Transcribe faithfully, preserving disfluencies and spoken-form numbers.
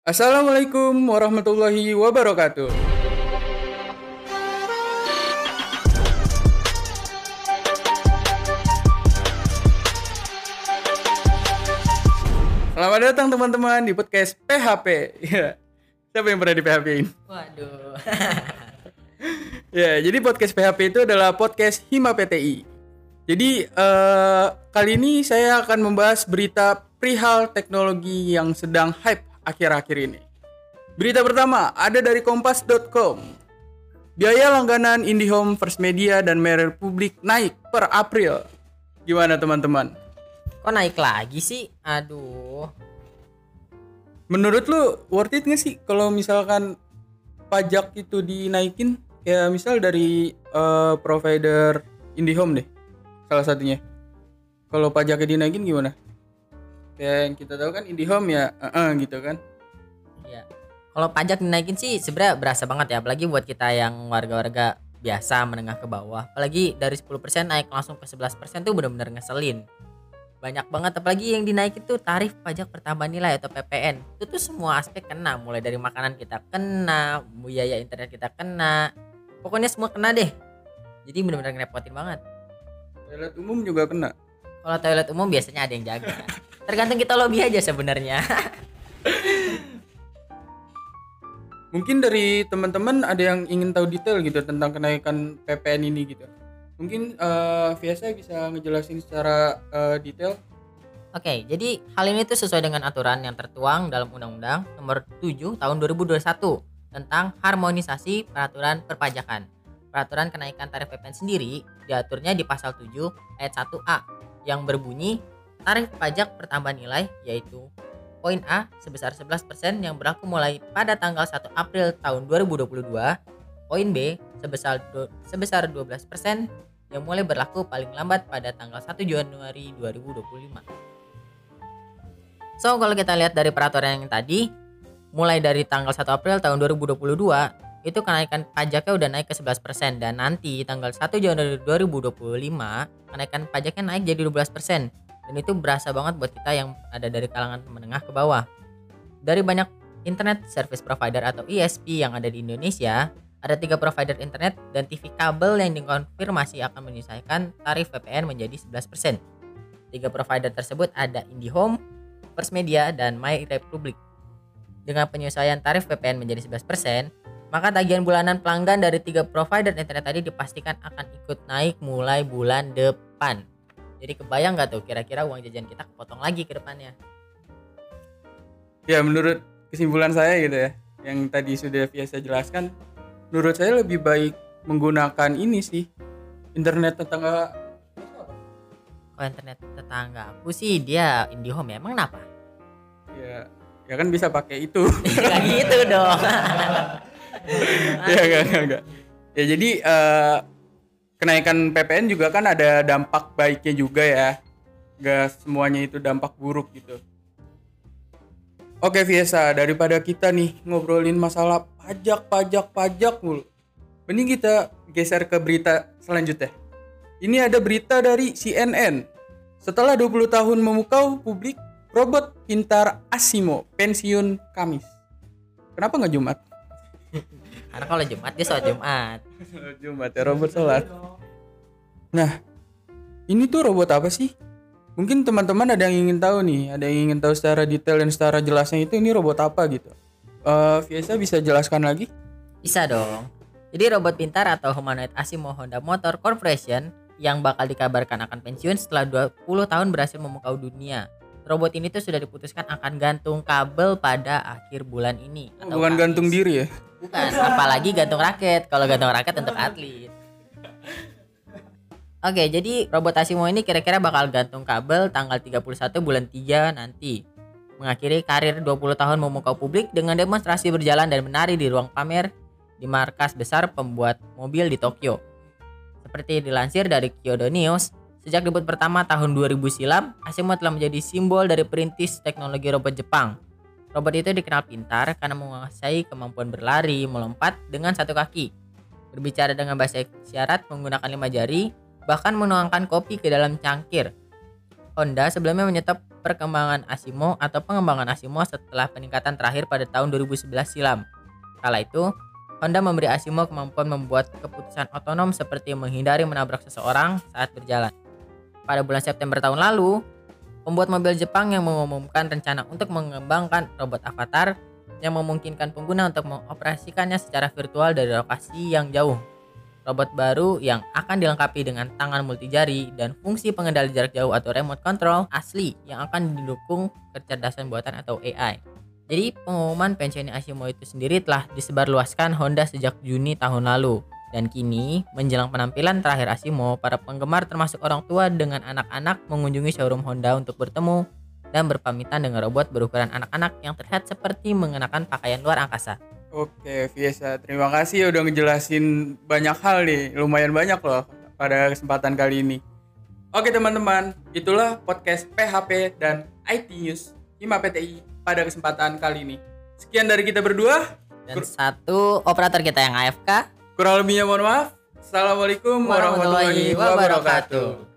Assalamualaikum warahmatullahi wabarakatuh. Selamat datang teman-teman di podcast P H P. Ya. Siapa yang pernah di P H P-in? Waduh. Ya, jadi podcast P H P itu adalah podcast Hima P T I. Jadi eh, kali ini saya akan membahas berita perihal teknologi yang sedang hype akhir-akhir ini. Berita pertama ada dari kompas dot com. Biaya langganan IndiHome, First Media, dan MyRepublik naik per April. Gimana teman-teman? Kok naik lagi sih? Aduh. Menurut lu worth it gak sih kalau misalkan pajak itu dinaikin? Kayak misal dari eh, provider IndiHome deh, salah satunya. Kalau pajaknya dinaikin gimana? Kayak yang kita tahu kan IndiHome ya, uh-uh, gitu kan? Ya. Kalau pajak dinaikin sih sebenarnya berasa banget ya, apalagi buat kita yang warga-warga biasa menengah ke bawah. Apalagi dari sepuluh persen naik langsung ke sebelas persen tuh benar-benar ngeselin. Banyak banget, apalagi yang dinaikin tuh tarif pajak pertambahan nilai atau P P N. Itu tuh semua aspek kena, mulai dari makanan kita kena, biaya internet kita kena. Pokoknya semua kena deh. Jadi benar-benar ngerepotin banget. Toilet umum juga kena. Kalau toilet umum biasanya ada yang jaga. Tergantung kita lobby aja sebenarnya. Mungkin dari teman-teman ada yang ingin tahu detail gitu tentang kenaikan P P N ini gitu. Mungkin uh, Viasa bisa ngejelasin secara uh, detail. Oke, jadi hal ini tuh sesuai dengan aturan yang tertuang dalam Undang-Undang Nomor tujuh Tahun dua ribu dua puluh satu tentang harmonisasi peraturan perpajakan. Peraturan kenaikan tarif P P N sendiri diaturnya di pasal tujuh ayat satu A yang berbunyi tarif pajak pertambahan nilai yaitu poin A sebesar sebelas persen yang berlaku mulai pada tanggal satu April tahun dua ribu dua puluh dua, poin B sebesar do, sebesar dua belas persen yang mulai berlaku paling lambat pada tanggal satu Januari dua ribu dua puluh lima. So, kalau kita lihat dari peraturan yang tadi, mulai dari tanggal satu April tahun dua ribu dua puluh dua, itu kenaikan pajaknya udah naik ke sebelas persen dan nanti tanggal satu Januari dua ribu dua puluh lima, kenaikan pajaknya naik jadi dua belas persen. Dan itu berasa banget buat kita yang ada dari kalangan menengah ke bawah. Dari banyak internet service provider atau I S P yang ada di Indonesia, ada tiga provider internet dan T V kabel yang dikonfirmasi akan menyesuaikan tarif P P N menjadi sebelas persen. Tiga provider tersebut ada IndiHome, First Media, dan MyRepublik. Dengan penyesuaian tarif P P N menjadi sebelas persen, maka tagihan bulanan pelanggan dari tiga provider internet tadi dipastikan akan ikut naik mulai bulan depan. Jadi kebayang gak tuh kira-kira uang jajan kita kepotong lagi ke depannya? Ya menurut kesimpulan saya gitu ya, yang tadi sudah Viasa jelaskan, menurut saya lebih baik menggunakan ini sih, internet tetangga. Kalau internet tetangga aku sih dia IndiHome ya, emang kenapa? Ya, ya kan bisa pakai itu. Gak gitu dong. Ya enggak, enggak, enggak. Ya jadi uh, kenaikan P P N juga kan ada dampak baiknya juga ya. Gak semuanya itu dampak buruk gitu. Oke Viesa, daripada kita nih ngobrolin masalah pajak, pajak, pajak mulu, mending kita geser ke berita selanjutnya. Ini ada berita dari C N N. Setelah dua puluh tahun memukau publik, robot pintar Asimo pensiun Kamis. Kenapa nggak Jumat? Karena kalau Jumat dia sholat Jumat. Jumat ya robot sholat. Nah, ini tuh robot apa sih? Mungkin teman-teman ada yang ingin tahu nih, ada yang ingin tahu secara detail dan secara jelasnya itu ini robot apa gitu. Uh, Viasa bisa jelaskan lagi? Bisa dong. Jadi robot pintar atau humanoid Asimo Honda Motor Corporation yang bakal dikabarkan akan pensiun setelah dua puluh tahun berhasil memukau dunia. Robot ini tuh sudah diputuskan akan gantung kabel pada akhir bulan ini. Oh, bukan Kamis. Gantung diri ya? Bukan, apalagi gantung raket. Kalau gantung raket untuk atlet. Oke, jadi robot Asimo ini kira-kira bakal gantung kabel tanggal tiga puluh satu bulan tiga nanti. Mengakhiri karir dua puluh tahun memukau publik dengan demonstrasi berjalan dan menari di ruang pamer di markas besar pembuat mobil di Tokyo. Seperti dilansir dari Kyodo News, sejak debut pertama tahun dua ribu silam, Asimo telah menjadi simbol dari perintis teknologi robot Jepang. Robot itu dikenal pintar karena menguasai kemampuan berlari, melompat dengan satu kaki, berbicara dengan bahasa isyarat menggunakan lima jari, bahkan menuangkan kopi ke dalam cangkir. Honda sebelumnya menyetop perkembangan Asimo atau pengembangan Asimo setelah peningkatan terakhir pada tahun dua ribu sebelas silam. Kala itu, Honda memberi Asimo kemampuan membuat keputusan otonom seperti menghindari menabrak seseorang saat berjalan. Pada bulan September tahun lalu, pembuat mobil Jepang yang mengumumkan rencana untuk mengembangkan robot avatar yang memungkinkan pengguna untuk mengoperasikannya secara virtual dari lokasi yang jauh. Robot baru yang akan dilengkapi dengan tangan multijari dan fungsi pengendali jarak jauh atau remote control asli yang akan didukung kecerdasan buatan atau A I. Jadi pengumuman pensiun Asimo itu sendiri telah disebarluaskan Honda sejak Juni tahun lalu. Dan kini menjelang penampilan terakhir Asimo, para penggemar termasuk orang tua dengan anak-anak mengunjungi showroom Honda untuk bertemu dan berpamitan dengan robot berukuran anak-anak yang terlihat seperti mengenakan pakaian luar angkasa. Oke, Viesa, terima kasih udah ngejelasin banyak hal nih, lumayan banyak loh pada kesempatan kali ini. Oke teman-teman, itulah podcast P H P dan I T News Hima P T I pada kesempatan kali ini. Sekian dari kita berdua. Dan Kur- satu operator kita yang A F K. Kurang lebihnya mohon maaf. Assalamualaikum warahmatullahi wabarakatuh.